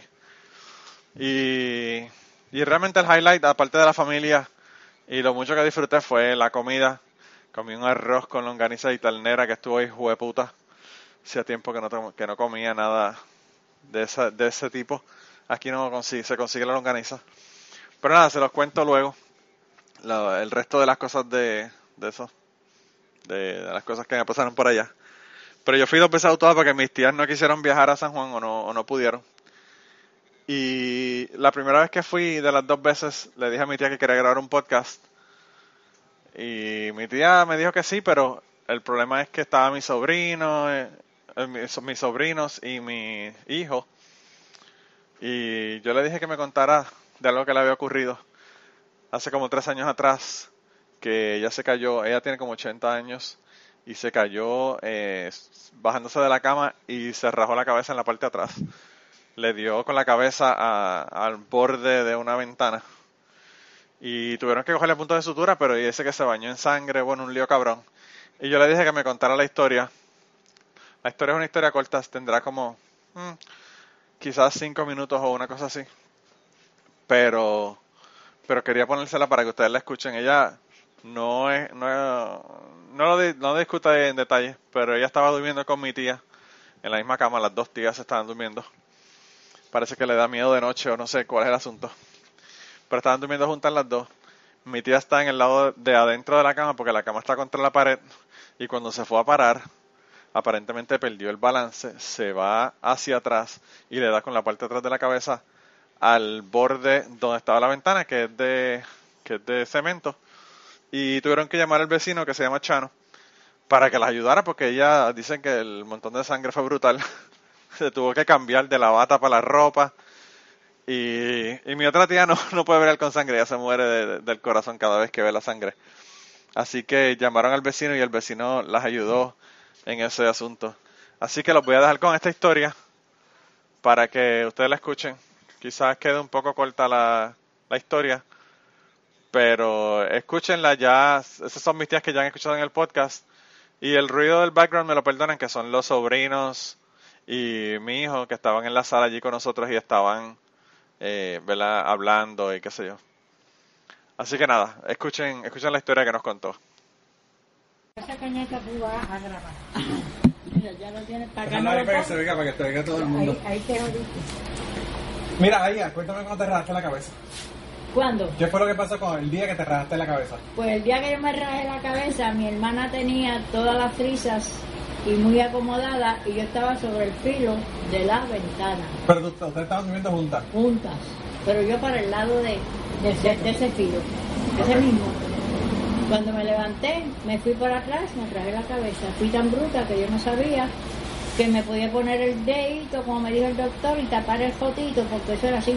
Y, y realmente el highlight, aparte de la familia y lo mucho que disfruté, fue la comida. Comí un arroz con longaniza y ternera que estuvo ahí jueputa. Hacía tiempo que no, que no comía nada de, esa, de ese tipo. Aquí no consigue, se consigue la longaniza. Pero nada, se los cuento luego. La, el resto de las cosas de, de eso. De, de las cosas que me pasaron por allá. Pero yo fui dos veces a Utuado porque mis tías no quisieron viajar a San Juan o no, o no pudieron. Y la primera vez que fui, de las dos veces, le dije a mi tía que quería grabar un podcast. Y mi tía me dijo que sí, pero el problema es que estaba mi sobrino, eh, mis, mis sobrinos y mi hijo. Y yo le dije que me contara de algo que le había ocurrido hace como tres años atrás, que ella se cayó, ella tiene como ochenta años, y se cayó eh, bajándose de la cama y se rajó la cabeza en la parte de atrás. Le dio con la cabeza a, al borde de una ventana. Y tuvieron que cogerle puntos de sutura, pero dice que se bañó en sangre, bueno, un lío cabrón. Y yo le dije que me contara la historia. La historia es una historia corta, tendrá como hmm, quizás cinco minutos o una cosa así. Pero pero quería ponérsela para que ustedes la escuchen. Ella no es no, no lo di, no discute en detalle, pero ella estaba durmiendo con mi tía en la misma cama, las dos tías estaban durmiendo. Parece que le da miedo de noche o no sé cuál es el asunto. Pero estaban durmiendo juntas las dos. Mi tía está en el lado de adentro de la cama porque la cama está contra la pared. Y cuando se fue a parar, aparentemente perdió el balance, se va hacia atrás y le da con la parte de atrás de la cabeza al borde donde estaba la ventana, que es de, que es de cemento. Y tuvieron que llamar al vecino, que se llama Chano, para que las ayudara porque ella, dicen que el montón de sangre fue brutal. Se tuvo que cambiar de la bata para la ropa. Y, y mi otra tía no, no puede ver con sangre, ella se muere de, de, del corazón cada vez que ve la sangre. Así que llamaron al vecino y el vecino las ayudó en ese asunto. Así que los voy a dejar con esta historia para que ustedes la escuchen. Quizás quede un poco corta la, la historia, pero escúchenla ya. Esas son mis tías que ya han escuchado en el podcast. Y el ruido del background me lo perdonan, que son los sobrinos y mi hijo que estaban en la sala allí con nosotros y estaban eh, ¿verdad? hablando y qué sé yo. Así que nada, escuchen, escuchen la historia que nos contó. Esa cañeta tú vas a grabar. Mira, ya lo tienes para acá. No, para que se oiga, para que te oiga todo el mundo. Ahí, ahí te jodiste. Mira, Aida, cuéntame cómo te rajaste la cabeza. ¿Cuándo? ¿Qué fue lo que pasó con el día que te rajaste la cabeza? Pues el día que yo me rajé la cabeza, mi hermana tenía todas las frisas y muy acomodada y yo estaba sobre el filo de la ventana. Pero ustedes estaban durmiendo juntas. Juntas. Pero yo para el lado de, de, de, de ese filo, ese mismo. Cuando me levanté, me fui para atrás, me rajé la cabeza. Fui tan bruta que yo no sabía que me podía poner el dedito, como me dijo el doctor, y tapar el fotito, porque eso era así.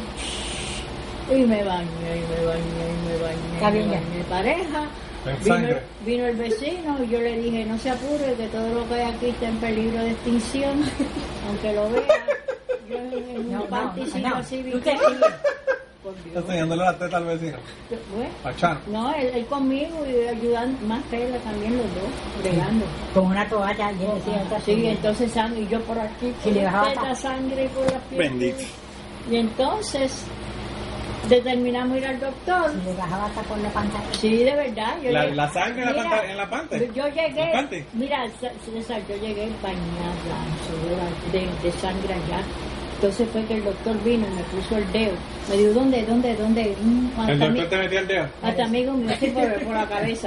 Y me bañé, y me bañé, y me bañé. Está bien, me ya. bañé pareja. Vino, vino el vecino y yo le dije, no se apure, que todo lo que hay aquí está en peligro de extinción, aunque lo vea. Yo en un No, participo no, no. así, Tú te- por Dios. Enseñándole la teta al vecino. Bueno, A Chano. no, él, él conmigo y ayudando, más que él también los dos, bregando. Con una toalla y él decía esta Sí, entonces sangre, y yo por aquí, Si le bajaba teta, pa- sangre por las piernas. Bendito. Y entonces determinamos ir al doctor. y le bajaba hasta por la pantalla. Sí, de verdad. Yo La, llegué- la sangre en la, Mira, panta, en la pante. Yo llegué, ¿La pante? mira, César, yo llegué bañada, sudora, de, de sangre allá. Entonces fue que el doctor vino y me puso el dedo. Me dijo, ¿dónde, dónde, dónde? Mm, El hasta doctor mi- te metió el dedo. hasta amigo mío, así por, por la cabeza.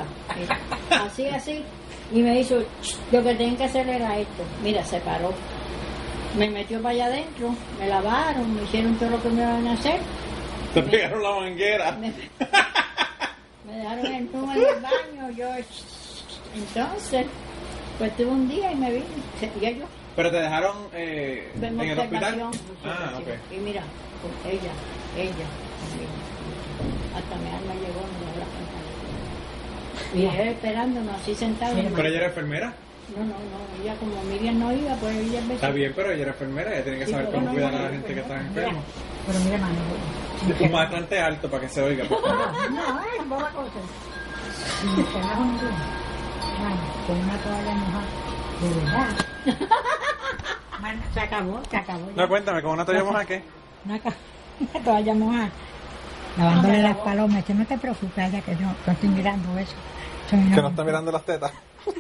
Así, así. Y me dijo, lo que tienen que hacer era esto. Mira, se paró. me metió para allá adentro, me lavaron, me hicieron todo lo que me iban a hacer. Te pegaron la manguera. Me, me dejaron en en el baño, yo... Entonces, pues tuve un día y me vine, seguía yo. Pero te dejaron eh, en el hospital. Ah, sí. ok. Y mira, pues ella, ella, hasta mi alma llegó, me dejó la pantaleta. Y ella esperándonos así sentado. ¿Pero ella era enfermera? No, no, no, ella como Miriam no iba, pues ella empezó. Está bien, pero ella era enfermera, ella tiene que Sí, saber pero cómo no, cuidar no, a la no, gente no, que está no, enferma. Pero mira, mano. Es bastante alto para que se oiga, por favor. No, es boba cosa. Si me pegas un día, mano, con una toalla mojada, de verdad. Mano, se acabó, se acabó. ya. No, cuéntame, ¿cómo una toalla mojada qué? Una, ca- una toalla mojada. Lavándole las palomas, que no te preocupes, ya que yo no estoy mirando eso. Eso Que no está mirando las tetas.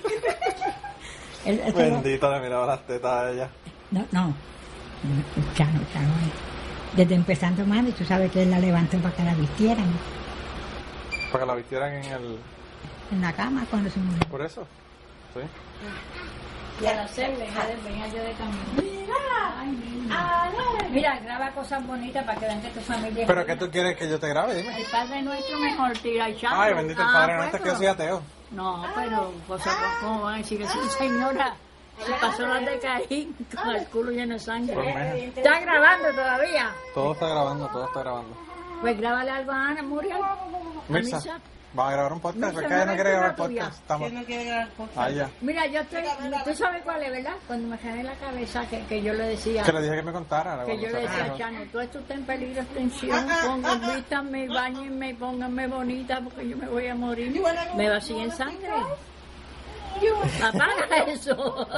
El- eso Bendito, le miraba las tetas a ella. No, no. Chano, Chano. Desde empezando mami, tú sabes que él la levantó para que la vistieran Para que la vistieran en el... en la cama cuando se murió. ¿Por eso? Sí. Y al hacerle, venía yo de camino. Ay, mira. Mira, graba cosas bonitas para que vean que tu familia es ¿Pero qué buena. tú quieres que yo te grabe? Dime. El Padre Nuestro mejor tira y chavo. Ay, bendito el Ah, Padre pues, Nuestro, que yo soy ateo. No, pero, pues, ¿cómo van a decir eso? Señora, se pasó las de Caín con el culo lleno de sangre. Pues, mija. ¿Está grabando todavía? Todo está grabando, todo está grabando. Pues grábale algo a Ana Muriel. A Mirza, Misa. ¿vas a grabar un podcast? Mirza, ¿Por qué no ella no quiere ves grabar una tuya. podcast? Estamos... no quiere grabar podcast? Ah, ya. Mira, yo estoy, tú sabes cuál es, ¿verdad? Cuando me cae en la cabeza que, que yo le decía, Que le dije que me contara. que yo le decía a cuando- Chano, todo esto está en peligro de extinción, pongan, vístanme, bañenme, pónganme bonita porque yo me voy a morir. Me vacíen sangre. Apaga eso.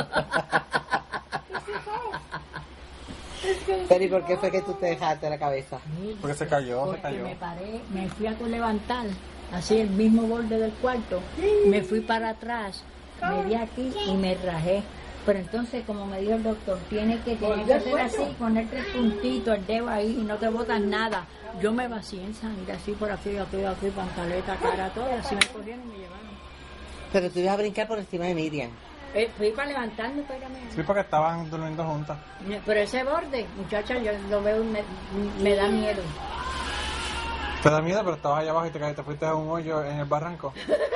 Pero ¿y por qué fue que tú te dejaste la cabeza? Porque se cayó, se Porque cayó. me paré, me fui a levantar, así el mismo borde del cuarto, me fui para atrás, me di aquí y me rajé. Pero entonces, como me dijo el doctor, tiene que, tiene que hacer así, poner tres puntitos, el dedo ahí y no te botas nada. Yo me vacié en sangre, así por aquí, aquí, aquí, pantaleta, cara, todo, así me cogieron y me llevaron. Pero tú ibas a brincar por encima de Miriam. Eh, fui para levantarme, espérame. Sí, porque estaban durmiendo juntas. Pero ese borde, muchacha, yo lo veo y me, me da miedo. Te da miedo, pero estabas allá abajo y te caíste, fuiste a un hoyo en el barranco.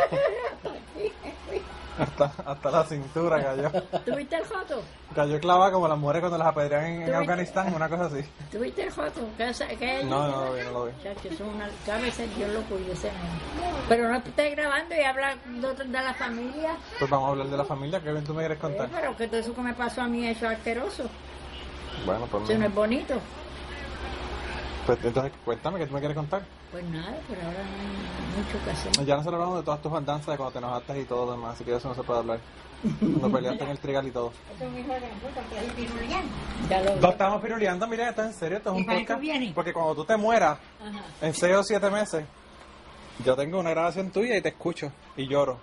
hasta, hasta la cintura cayó. ¿Tuviste el joto? Cayó clavada como las mujeres cuando las apedrean en, en ¿Tuviste? Afganistán, una cosa así. ¿Tuviste el joto? ¿Qué es, qué es? No, no lo vi, no lo vi. Chacho, eso es una... A veces Dios lo cuide, pero no estés grabando y habla de, de la familia. Pues vamos a hablar de la familia, ¿qué bien tú me quieres Eh, contar? pero que todo eso que me pasó a mí, eso es asqueroso. Bueno, pues, Eso no es bonito. pues entonces cuéntame, ¿qué tú me quieres contar? Pues nada, pero ahora no hay mucho que hacer. Ya nosotros hablamos de todas tus andanzas, de cuando te enojaste y todo lo demás, así que de eso no se puede hablar. Cuando peleaste en el trigal y todo. Eso es un hijo de puta que hay piruleando. Ya lo No estamos piruleando, mira, esto es en serio, esto es ¿Y un para qué podcast. viene? Porque cuando tú te mueras, Ajá. en seis o siete meses, yo tengo una grabación tuya y te escucho y lloro.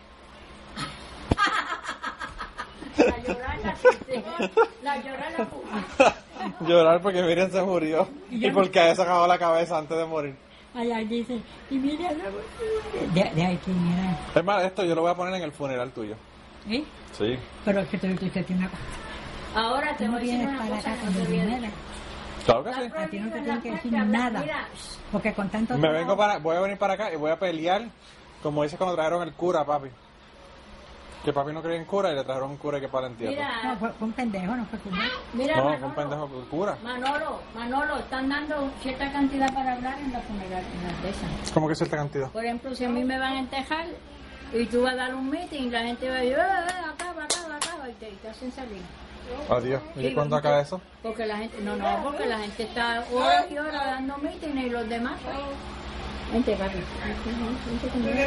La llorar la triste, la llorar la puja. Llorar porque Miriam se murió y porque a ella se acabó la cabeza antes de morir. Allá dice, y mira, de, de ahí quién era. Es más, esto yo lo voy a poner en el funeral tuyo. ¿Eh? Sí. Pero es que tú tú- tú tienes una cosa. Ahora te Tú no voy a decir vienes una para cosa acá que con no te voy a dinero. Claro que sí. A ti no te tienen que decir Mira, nada. mira, Porque con tanto Me trabajo- vengo para, voy a venir para acá y voy a pelear, como dice cuando trajeron el cura, papi. Que papi no creía en cura y le trajeron un cura que para el entierro. mira, No, fue, fue un pendejo, no fue como. mira, No, fue Manolo. un pendejo el cura. Manolo, Manolo, están dando cierta cantidad para hablar en la funeral, en las de esas. ¿Cómo que es esta cantidad? Por ejemplo, si a mí me van a entejar y tú vas a dar un meeting y la gente va a decir, eh, eh, acaba, acaba, acaba, y te, y te hacen salir. Adiós. ¿Y Sí, cuándo vamos acaba a- eso? Porque la gente, no, no, porque la gente está horas y horas dando meeting y los demás, pues. Vente, papi. Vente conmigo.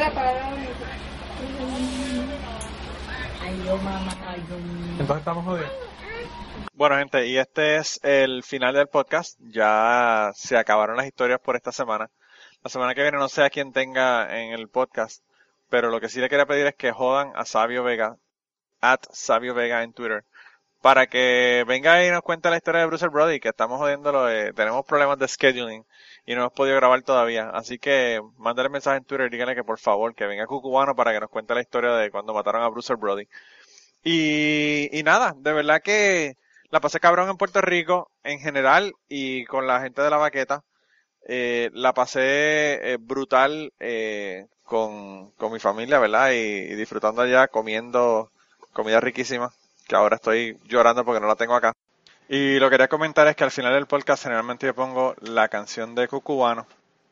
Ay, yo, mamá, ay, yo, Entonces estamos jodidos. Bueno, gente, y este es el final del podcast. Ya se acabaron las historias por esta semana. La semana que viene no sé a quién tenga en el podcast, pero lo que sí le quería pedir es que jodan a Sabio Vega, at Sabio Vega en Twitter, para que venga y nos cuente la historia de Bruce Brody, que estamos jodiéndolo, eh, tenemos problemas de scheduling y no hemos podido grabar todavía. Así que mándale mensaje en Twitter y díganle que por favor que venga Cucubano para que nos cuente la historia de cuando mataron a Bruce Brody. Y, y nada, de verdad que La pasé cabrón en Puerto Rico en general y con la gente de la baqueta. Eh, la pasé eh, brutal eh, con, con mi familia, ¿verdad? Y, y disfrutando allá, comiendo comida riquísima, que ahora estoy llorando porque no la tengo acá. Y lo que quería comentar es que al final del podcast generalmente yo pongo la canción de Cucubano,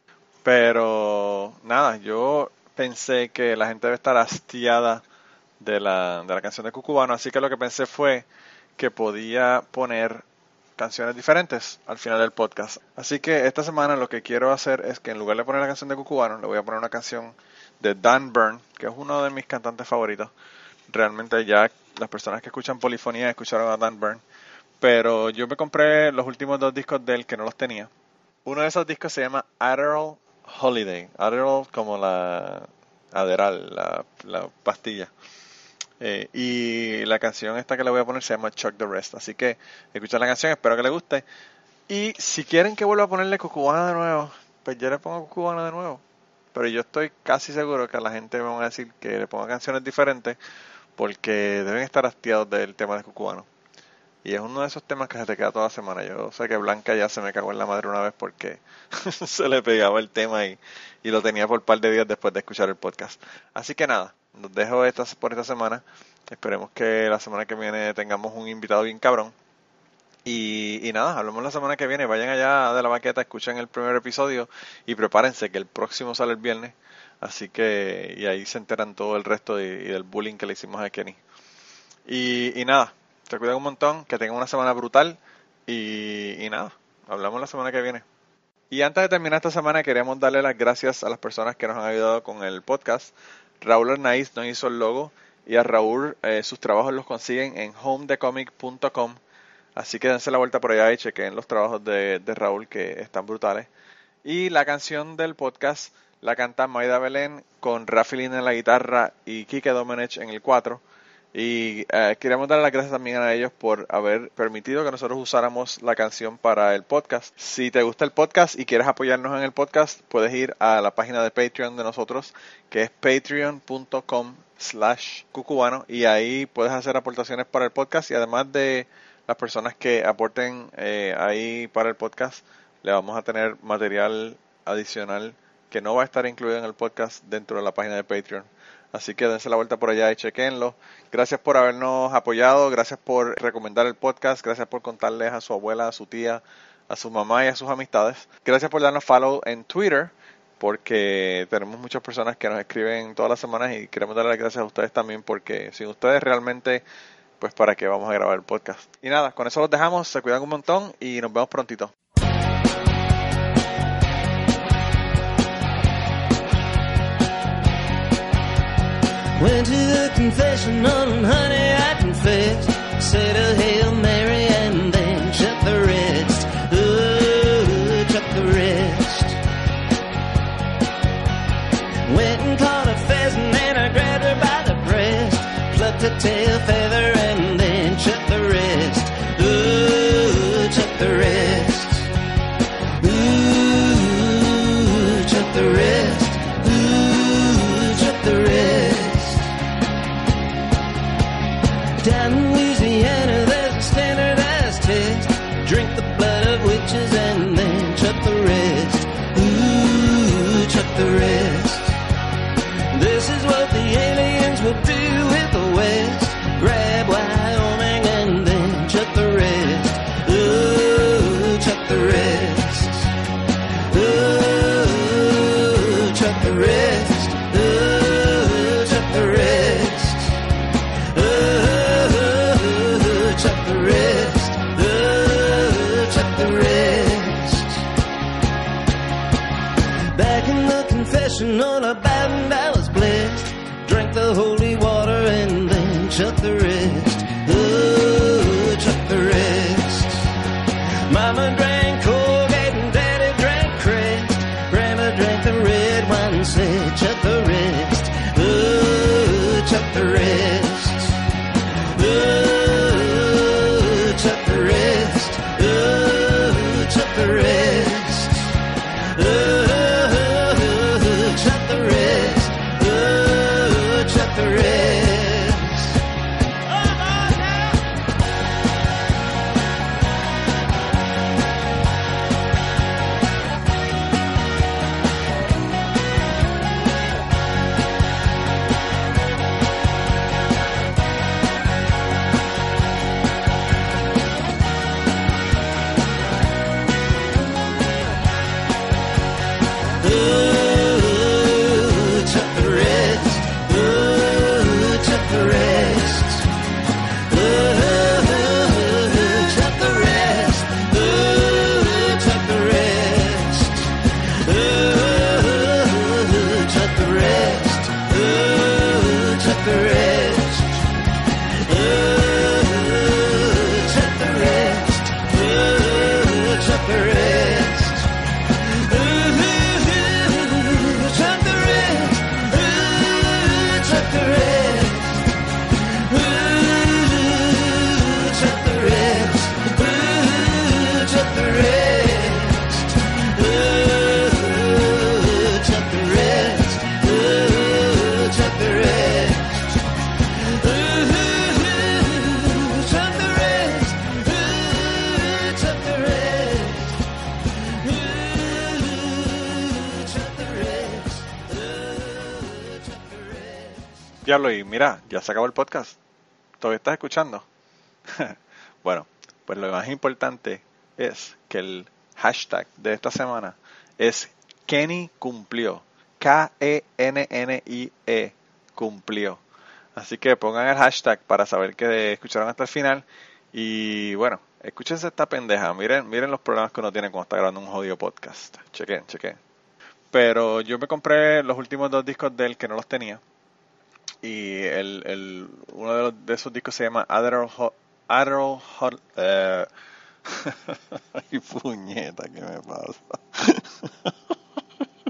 pero nada, yo pensé que la gente debe estar hastiada de la, de la canción de Cucubano, así que lo que pensé fue que podía poner canciones diferentes al final del podcast. Así que esta semana lo que quiero hacer es que en lugar de poner la canción de Cucubano, le voy a poner una canción de Dan Byrne, que es uno de mis cantantes favoritos. Realmente ya las personas que escuchan Polifonía escucharon a Dan Byrne, pero yo me compré los últimos dos discos de él que no los tenía. Uno de esos discos se llama Adderall Holiday. Adderall como la Adderall, la, la pastilla. Eh, y la canción esta que le voy a poner se llama Chuck the Rest. Así que escuchen la canción, espero que les guste. Y si quieren que vuelva a ponerle Cucubano de nuevo, pues yo le pongo Cucubano de nuevo. Pero yo estoy casi seguro que a la gente me van a decir que le ponga canciones diferentes, porque deben estar hastiados del tema de Cucubano. Y es uno de esos temas que se te queda toda la semana. Yo sé que Blanca ya se me cagó en la madre una vez porque se le pegaba el tema y, y lo tenía por un par de días después de escuchar el podcast. Así que nada, nos dejo esta, por esta semana. Esperemos que la semana que viene tengamos un invitado bien cabrón. Y, y nada, hablamos la semana que viene. Vayan allá de la baqueta, escuchen el primer episodio y prepárense que el próximo sale el viernes. Así que, y ahí se enteran todo el resto de, y del bullying que le hicimos a Kenny. Y, y nada, te cuidan un montón, que tengan una semana brutal y, y nada, hablamos la semana que viene. Y antes de terminar esta semana queríamos darle las gracias a las personas que nos han ayudado con el podcast. Raúl Arnaiz nos hizo el logo y a Raúl eh, sus trabajos los consiguen en home the comic punto com. Así que dense la vuelta por allá y chequen los trabajos de, de Raúl que están brutales. Y la canción del podcast la canta Maida Belén con Rafi Lina en la guitarra y Kike Domenech en el cuatro. Y eh, queríamos dar las gracias también a ellos por haber permitido que nosotros usáramos la canción para el podcast. Si te gusta el podcast y quieres apoyarnos en el podcast, puedes ir a la página de Patreon de nosotros, que es patreon punto com slash cucubano, y ahí puedes hacer aportaciones para el podcast. Y además de las personas que aporten eh, ahí para el podcast, le vamos a tener material adicional que no va a estar incluido en el podcast dentro de la página de Patreon. Así que dense la vuelta por allá y chequenlo. Gracias por habernos apoyado, gracias por recomendar el podcast, gracias por contarles a su abuela, a su tía, a su mamá y a sus amistades. Gracias por darnos follow en Twitter, porque tenemos muchas personas que nos escriben todas las semanas y queremos darle las gracias a ustedes también, porque sin ustedes realmente, pues para qué vamos a grabar el podcast. Y nada, con eso los dejamos, se cuidan un montón y nos vemos prontito. Went to the confessional and honey I confessed. Said a Hail Mary and then shut the rest. Ooh, shut the rest. Went and caught a pheasant and I grabbed her by the breast. Plucked her tail feather and then shut the rest. Ooh, shut the rest. Ooh, shut the rest. Ooh, shut the rest. Down in Louisiana there's a standardized test. Drink the blood of witches and then chuck the rest. Ooh, chuck the rest. This is what the aliens will do with the West. Grab Wyoming and then chuck the rest. Ooh, chuck the rest. Ooh, chuck the rest. Ooh, chuck the rest. Chuck the rest, oh, chuck the rest. Back in the confessional about and I was blessed. Drank the holy water and then chuck the rest, oh, chuck the rest. Mama drank Colgate and Daddy drank Crest. Grandma drank the red wine and said chuck the rest, oh, chuck the rest, oh. Chuck the rest, oh, chuck the rest, oh, chuck the rest, oh, chuck the rest. chuck the rest. Ooh, chuck the rest. Ooh, chuck the rest. Ooh, chuck the rest. Ooh, chuck the rest. Ooh, chuck the rest. Ooh, chuck the rest. Ooh, chuck the rest. Ooh, chuck the rest. Diablo, y mira, ya se acabó el podcast. ¿Todavía estás escuchando? Bueno, pues lo más importante es que el hashtag de esta semana es Kenny cumplió. K E N N I E, cumplió. Así que pongan el hashtag para saber que escucharon hasta el final. Y bueno, escúchense esta pendeja. Miren, miren los problemas que uno tiene cuando está grabando un jodido podcast. Chequen, chequen. Pero yo me compré los últimos dos discos de él que no los tenía. Y el, el uno de, los, de esos discos se llama Adderall Hot. Adderall Hot. Eh. Ay, puñeta, ¿qué me pasa?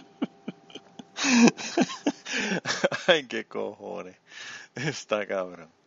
Ay, qué cojones. Está cabrón.